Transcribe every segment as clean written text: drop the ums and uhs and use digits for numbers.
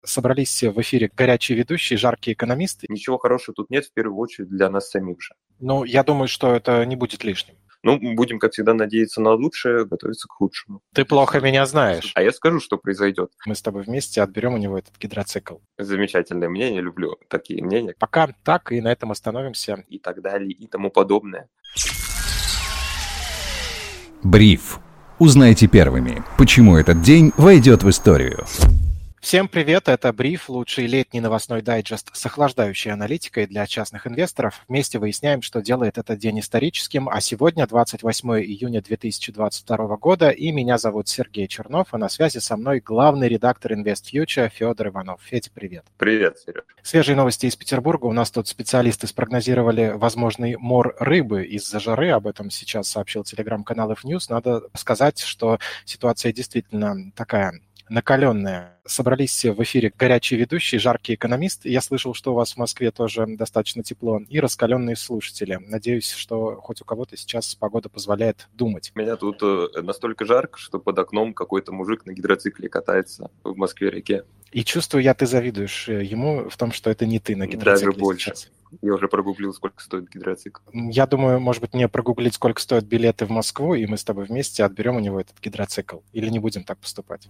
Собрались в эфире горячие ведущие, жаркие экономисты. Ничего хорошего тут нет, в первую очередь для нас самих же. Но я думаю, что это не будет лишним. Будем, как всегда, надеяться на лучшее, готовиться к худшему. Ты плохо меня знаешь. А я скажу, что произойдет. Мы с тобой вместе отберем у него этот гидроцикл. Замечательное мнение, люблю такие мнения. Пока так, и на этом остановимся. И так далее, и тому подобное. Бриф. Узнайте первыми, почему этот день войдет в историю. Всем привет, это Бриф, лучший летний новостной дайджест с охлаждающей аналитикой для частных инвесторов. Вместе выясняем, что делает этот день историческим, а сегодня 28 июня 2022 года, и меня зовут Сергей Чернов, а на связи со мной главный редактор InvestFuture Федор Иванов. Федя, привет. Привет, Сереж. Свежие новости из Петербурга. У нас тут специалисты спрогнозировали возможный мор рыбы из-за жары. Об этом сейчас сообщил телеграм-канал F-News. Надо сказать, что ситуация действительно такая накаленная. Собрались в эфире горячие ведущие, жаркие экономисты. Я слышал, что у вас в Москве тоже достаточно тепло. И раскаленные слушатели. Надеюсь, что хоть у кого-то сейчас погода позволяет думать. У меня тут настолько жарко, что под окном какой-то мужик на гидроцикле катается в Москве-реке. И чувствую я, ты завидуешь ему в том, что это не ты на гидроцикле. Даже больше. Сейчас. Я уже прогуглил, сколько стоит гидроцикл. Я думаю, может быть, мне прогуглить, сколько стоят билеты в Москву, и мы с тобой вместе отберем у него этот гидроцикл. Или не будем так поступать?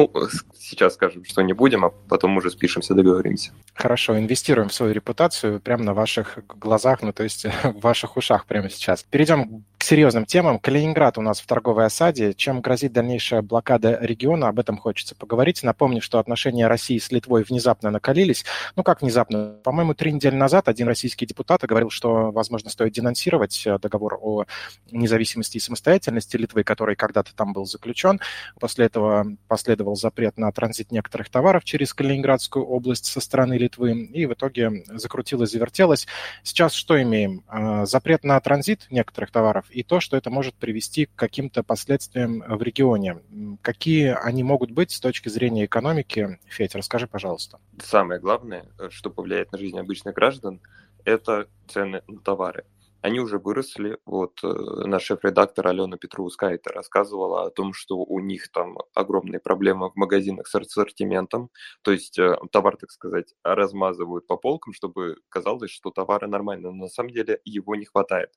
Сейчас скажем, что не будем, а потом уже спишемся, договоримся. Хорошо, инвестируем в свою репутацию прямо на ваших глазах, то есть в ваших ушах прямо сейчас. Перейдем к серьезным темам. Калининград у нас в торговой осаде. Чем грозит дальнейшая блокада региона, об этом хочется поговорить. Напомню, что отношения России с Литвой внезапно накалились. Как внезапно? По-моему, 3 недели назад один российский депутат говорил, что, возможно, стоит денонсировать договор о независимости и самостоятельности Литвы, который когда-то там был заключен. После этого последовал запрет на транзит некоторых товаров через Калининградскую область со стороны Литвы, и в итоге закрутилось-завертелось. Сейчас что имеем? Запрет на транзит некоторых товаров и то, что это может привести к каким-то последствиям в регионе. Какие они могут быть с точки зрения экономики? Федь, расскажи, пожалуйста. Самое главное, что повлияет на жизнь обычных граждан, это цены на товары. Они уже выросли. Наш шеф-редактор Алена Петроускайте рассказывала о том, что у них там огромные проблемы в магазинах с ассортиментом. То есть товар, так сказать, размазывают по полкам, чтобы казалось, что товара нормально, но на самом деле его не хватает.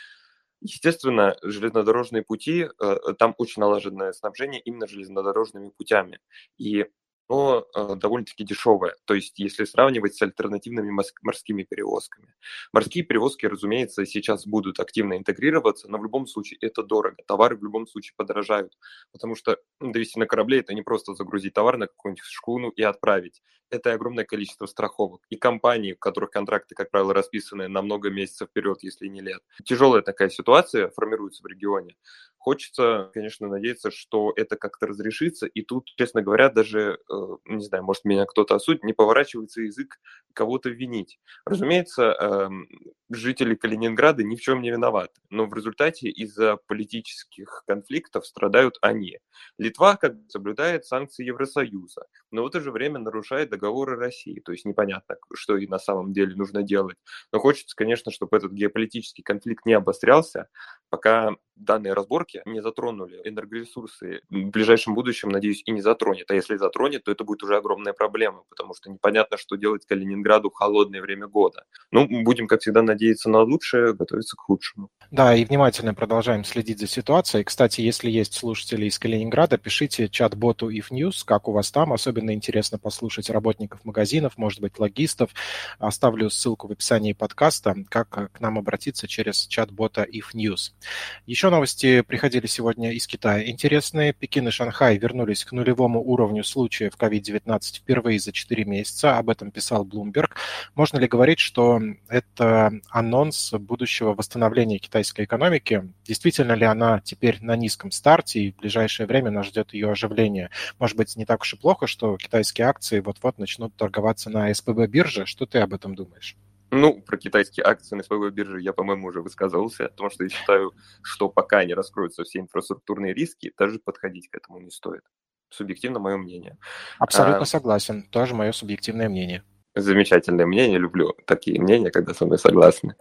Естественно, железнодорожные пути, там очень налаженное снабжение именно железнодорожными путями. И оно довольно-таки дешевое, то есть если сравнивать с альтернативными морскими перевозками. Морские перевозки, разумеется, сейчас будут активно интегрироваться, но в любом случае это дорого. Товары в любом случае подорожают, потому что довести на корабле – это не просто загрузить товар на какую-нибудь шхуну и отправить. Это огромное количество страховок. И компании, у которых контракты, как правило, расписаны на много месяцев вперед, если не лет. Тяжелая такая ситуация формируется в регионе. Хочется, конечно, надеяться, что это как-то разрешится. И тут, честно говоря, даже, не знаю, может, меня кто-то осудит, не поворачивается язык кого-то винить. Разумеется, жители Калининграда ни в чем не виноваты. Но в результате из-за политических конфликтов страдают они. Литва как бы соблюдает санкции Евросоюза, но в это же время нарушает договоры России. То есть непонятно, что и на самом деле нужно делать. Но хочется, конечно, чтобы этот геополитический конфликт не обострялся, пока данные разборки не затронули энергоресурсы. В ближайшем будущем, надеюсь, и не затронет. А если затронет, то это будет уже огромная проблема, потому что непонятно, что делать Калининграду в холодное время года. Будем, как всегда, надеяться на лучшее, готовиться к худшему. Да, и внимательно продолжаем следить за ситуацией. Кстати, если есть слушатели из Калининграда, пишите чат-боту IF-News, как у вас там. Особенно интересно послушать работников магазинов, может быть, логистов. Оставлю ссылку в описании подкаста, как к нам обратиться через чат-бота IF-News. Еще новости приходили сегодня из Китая. Интересные. Пекин и Шанхай вернулись к нулевому уровню случаев COVID-19 впервые за 4 месяца. Об этом писал Bloomberg. Можно ли говорить, что это анонс будущего восстановления китайской экономики? Действительно ли она теперь на низком старте, и в ближайшее время нас ждет ее оживление? Может быть, не так уж и плохо, что китайские акции вот-вот начнут торговаться на СПБ бирже? Что ты об этом думаешь? Про китайские акции на СПБ бирже я, по-моему, уже высказывался, потому что я считаю, что пока не раскроются все инфраструктурные риски, даже подходить к этому не стоит. Субъективно мое мнение. Абсолютно согласен. Тоже мое субъективное мнение. Замечательное мнение, люблю такие мнения, когда со мной согласны.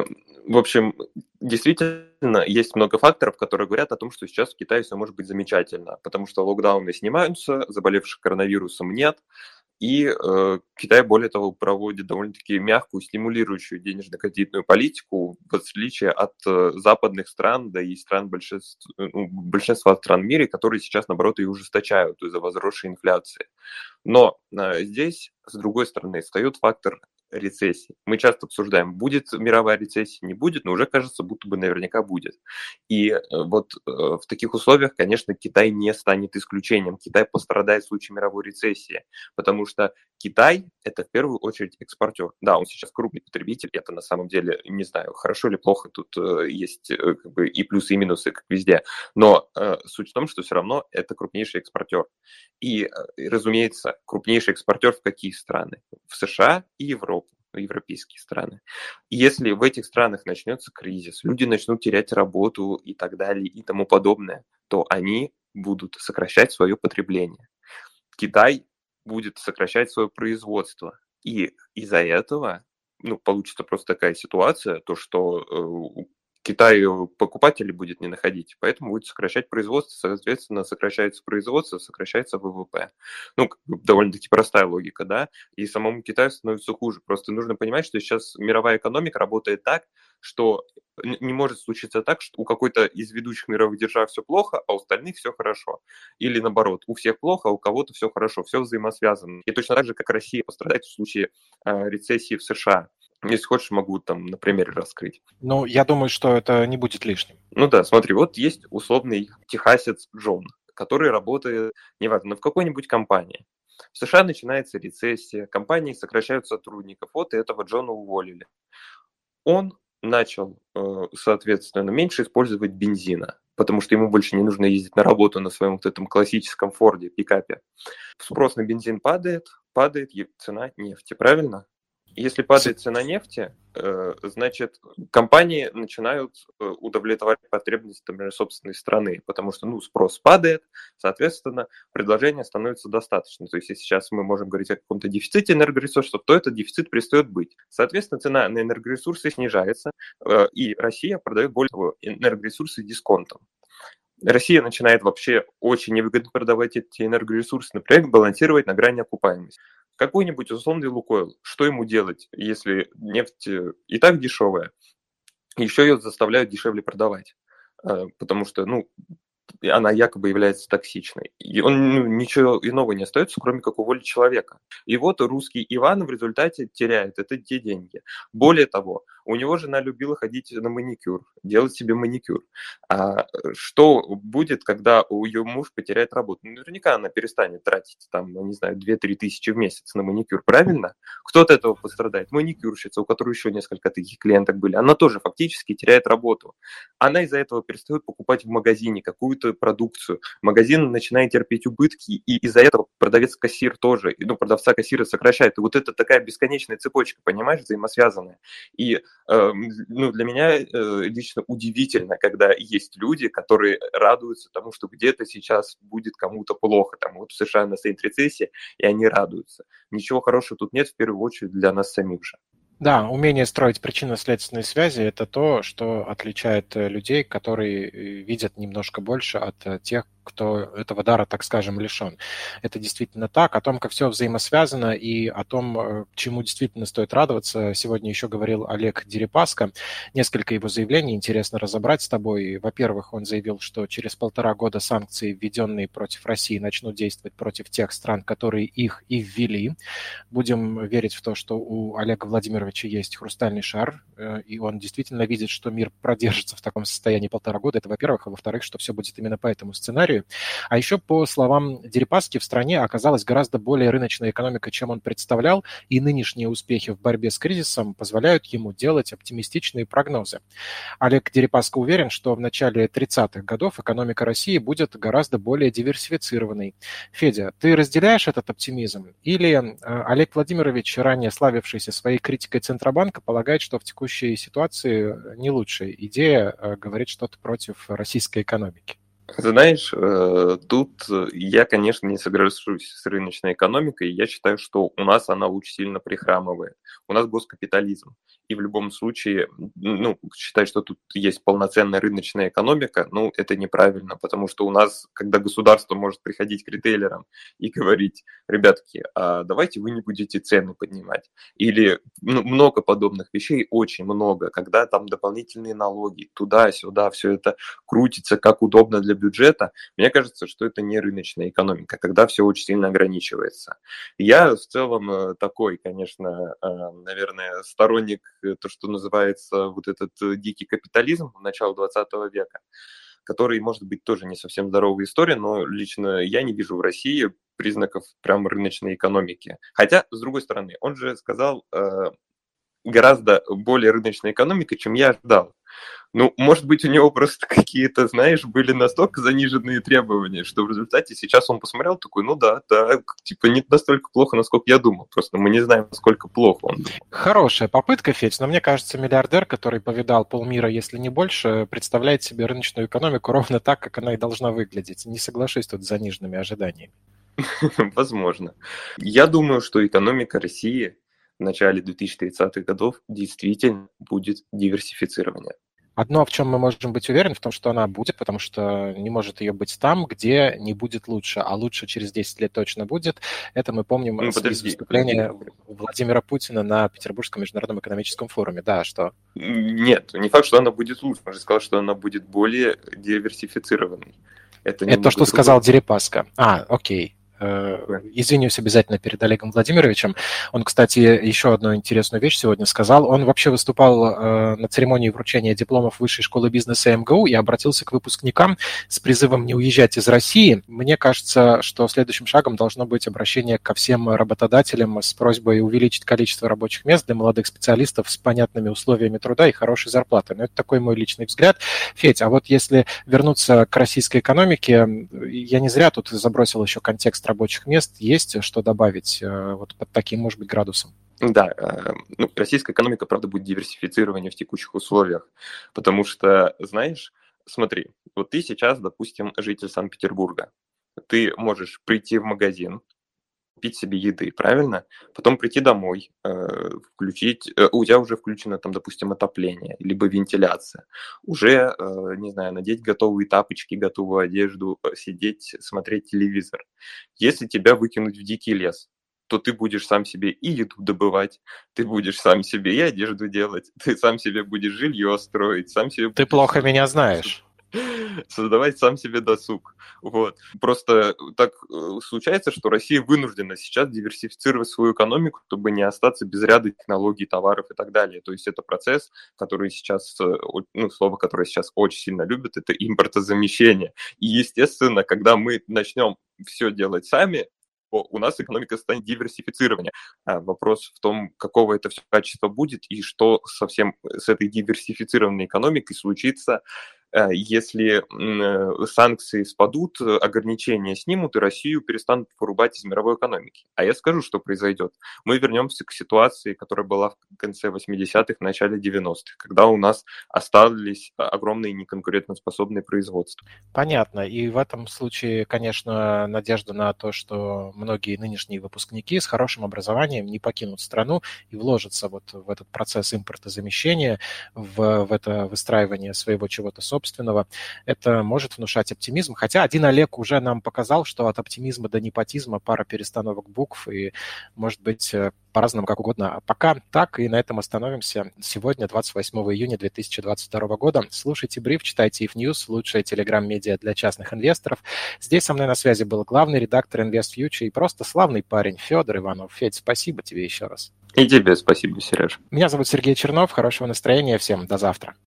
В общем, действительно, есть много факторов, которые говорят о том, что сейчас в Китае все может быть замечательно, потому что локдауны снимаются, заболевших коронавирусом нет, И Китай, более того, проводит довольно-таки мягкую, стимулирующую денежно-кредитную политику, в отличие от западных стран, да и большинства стран в мире, которые сейчас, наоборот, и ужесточают из-за возросшей инфляции. Но здесь, с другой стороны, встает фактор рецессии. Мы часто обсуждаем, будет мировая рецессия, не будет, но уже кажется, будто бы наверняка будет. И в таких условиях, конечно, Китай не станет исключением. Китай пострадает в случае мировой рецессии, потому что Китай – это в первую очередь экспортер. Да, он сейчас крупный потребитель, это на самом деле, не знаю, хорошо или плохо, тут есть как бы и плюсы, и минусы, как везде. Но суть в том, что все равно это крупнейший экспортер. И, разумеется, крупнейший экспортер в какие страны? В США и Европу, европейские страны. И если в этих странах начнется кризис, люди начнут терять работу и так далее и тому подобное, то они будут сокращать свое потребление. Китай будет сокращать свое производство. И из-за этого получится просто такая ситуация, то что Китаю покупателей будет не находить, поэтому будет сокращать производство, соответственно, сокращается производство, сокращается ВВП. Довольно-таки простая логика, да, и самому Китаю становится хуже. Просто нужно понимать, что сейчас мировая экономика работает так, что не может случиться так, что у какой-то из ведущих мировых держав все плохо, а у остальных все хорошо. Или наоборот, у всех плохо, а у кого-то все хорошо, все взаимосвязано. И точно так же, как Россия пострадает в случае рецессии в США. Если хочешь, могу там на примере раскрыть. Я думаю, что это не будет лишним. Да, смотри, вот есть условный техасец Джон, который работает, неважно, в какой-нибудь компании. В США начинается рецессия, компании сокращают сотрудников, вот и этого Джона уволили. Он начал, соответственно, меньше использовать бензина, потому что ему больше не нужно ездить на работу на своем вот этом классическом Форде, пикапе. Спрос на бензин падает цена нефти, правильно? Если падает цена нефти, значит, компании начинают удовлетворять потребности, например, собственной страны, потому что, спрос падает, соответственно, предложение становится достаточно. То есть, если сейчас мы можем говорить о каком-то дефиците энергоресурсов, то этот дефицит перестает быть. Соответственно, цена на энергоресурсы снижается, и Россия продает более того энергоресурсы дисконтом. Россия начинает вообще очень невыгодно продавать эти энергоресурсы, например, балансировать на грани окупаемости. Какой-нибудь условный Лукойл, что ему делать, если нефть и так дешевая, еще ее заставляют дешевле продавать, потому что, она якобы является токсичной. И он ничего иного не остается, кроме как уволить человека. И вот русский Иван в результате теряет те деньги. Более того, у него жена любила ходить на маникюр, делать себе маникюр. А что будет, когда у ее муж потеряет работу? Наверняка она перестанет тратить, 2-3 тысячи в месяц на маникюр, правильно? Кто от этого пострадает? Маникюрщица, у которой еще несколько таких клиенток были. Она тоже фактически теряет работу. Она из-за этого перестает покупать в магазине какую-то продукцию. Магазин начинает терпеть убытки, и из-за этого продавец-кассир тоже, продавца-кассира сокращает. И вот это такая бесконечная цепочка, понимаешь, взаимосвязанная. И для меня лично удивительно, когда есть люди, которые радуются тому, что где-то сейчас будет кому-то плохо. В США настоит рецессия, и они радуются. Ничего хорошего тут нет, в первую очередь, для нас самих же. Да, умение строить причинно-следственные связи – это то, что отличает людей, которые видят немножко больше от тех, кто этого дара, так скажем, лишен. Это действительно так. О том, как все взаимосвязано и о том, чему действительно стоит радоваться, сегодня еще говорил Олег Дерипаска. Несколько его заявлений интересно разобрать с тобой. Во-первых, он заявил, что через 1,5 года санкции, введенные против России, начнут действовать против тех стран, которые их и ввели. Будем верить в то, что у Олега Владимировича есть хрустальный шар, и он действительно видит, что мир продержится в таком состоянии 1,5 года. Это во-первых. А во-вторых, что все будет именно по этому сценарию. А еще, по словам Дерипаски, в стране оказалась гораздо более рыночная экономика, чем он представлял, и нынешние успехи в борьбе с кризисом позволяют ему делать оптимистичные прогнозы. Олег Дерипаска уверен, что в начале 30-х годов экономика России будет гораздо более диверсифицированной. Федя, ты разделяешь этот оптимизм? Или Олег Владимирович, ранее славившийся своей критикой Центробанка, полагает, что в текущей ситуации не лучшая идея говорить что-то против российской экономики? Знаешь, тут я, конечно, не соглашусь с рыночной экономикой. Я считаю, что у нас она очень сильно прихрамывает. У нас госкапитализм. И в любом случае, ну, считать, что тут есть полноценная рыночная экономика, ну, это неправильно, потому что у нас, когда государство может приходить к ритейлерам и говорить: ребятки, а давайте вы не будете цены поднимать. Или много подобных вещей, очень много, когда там дополнительные налоги, туда-сюда, все это крутится как удобно для бюджета, мне кажется, что это не рыночная экономика, когда все очень сильно ограничивается. Я в целом такой, конечно, наверное, сторонник, то, что называется вот этот дикий капитализм начала 20 века, который, может быть, тоже не совсем здоровая история, но лично я не вижу в России признаков прям рыночной экономики. Хотя, с другой стороны, он же сказал гораздо более рыночной экономикой, чем я ожидал. Ну, может быть, у него просто какие-то, знаешь, были настолько заниженные требования, что в результате сейчас он посмотрел такой: ну да, типа не настолько плохо, насколько я думал. Просто мы не знаем, насколько плохо он думал. Хорошая попытка, Федь, но мне кажется, миллиардер, который повидал полмира, если не больше, представляет себе рыночную экономику ровно так, как она и должна выглядеть. Не соглашусь тут с заниженными ожиданиями. Возможно. Я думаю, что экономика России в начале 2030-х годов действительно будет диверсифицирование. Одно, в чем мы можем быть уверены, в том, что она будет, потому что не может ее быть там, где не будет лучше, а лучше через 10 лет точно будет. Это мы помним из выступления Владимира Путина на Петербургском международном экономическом форуме. Да, что? Нет, не факт, что она будет лучше. Он же сказал, что она будет более диверсифицированной. Это то, что сказал Дерипаска. Окей. Извинюсь обязательно перед Олегом Владимировичем. Он, кстати, еще одну интересную вещь сегодня сказал. Он вообще выступал на церемонии вручения дипломов Высшей школы бизнеса МГУ и обратился к выпускникам с призывом не уезжать из России. Мне кажется, что следующим шагом должно быть обращение ко всем работодателям с просьбой увеличить количество рабочих мест для молодых специалистов с понятными условиями труда и хорошей зарплатой. Но это такой мой личный взгляд. Федь, а вот если вернуться к российской экономике, я не зря тут забросил еще контекст рабочих мест, есть что добавить вот под таким, может быть, градусом? Да, российская экономика, правда, будет диверсифицирование в текущих условиях, потому что, знаешь, смотри, вот ты сейчас, допустим, житель Санкт-Петербурга, ты можешь прийти в магазин, купить себе еды, правильно? Потом прийти домой, у тебя уже включено там, допустим, отопление, либо вентиляция. Уже, не знаю, надеть готовые тапочки, готовую одежду, сидеть, смотреть телевизор. Если тебя выкинуть в дикий лес, то ты будешь сам себе и еду добывать, ты будешь сам себе и одежду делать, ты сам себе будешь жилье строить, сам себе... Ты плохо меня знаешь. Создавать сам себе досуг. Вот. Просто так случается, что Россия вынуждена сейчас диверсифицировать свою экономику, чтобы не остаться без ряда технологий, товаров и так далее. То есть это процесс, который сейчас, слово, которое сейчас очень сильно любят, это импортозамещение. И, естественно, когда мы начнем все делать сами, у нас экономика станет диверсифицирование. Вопрос в том, какого это все качество будет и что совсем с этой диверсифицированной экономикой случится, если санкции спадут, ограничения снимут, и Россию перестанут вырубать из мировой экономики. А я скажу, что произойдет. Мы вернемся к ситуации, которая была в конце 80-х, начале 90-х, когда у нас остались огромные неконкурентоспособные производства. Понятно. И в этом случае, конечно, надежда на то, что многие нынешние выпускники с хорошим образованием не покинут страну и вложатся вот в этот процесс импортозамещения, в это выстраивание своего чего-то собственного. Это может внушать оптимизм. Хотя один Олег уже нам показал, что от оптимизма до непотизма пара перестановок букв, и, может быть, по-разному, как угодно. А пока так, и на этом остановимся. Сегодня, 28 июня 2022 года. Слушайте Бриф, читайте If News, лучшая телеграм-медиа для частных инвесторов. Здесь со мной на связи был главный редактор InvestFuture и просто славный парень Федор Иванов. Федь, спасибо тебе еще раз. И тебе спасибо, Сереж. Меня зовут Сергей Чернов. Хорошего настроения всем. До завтра.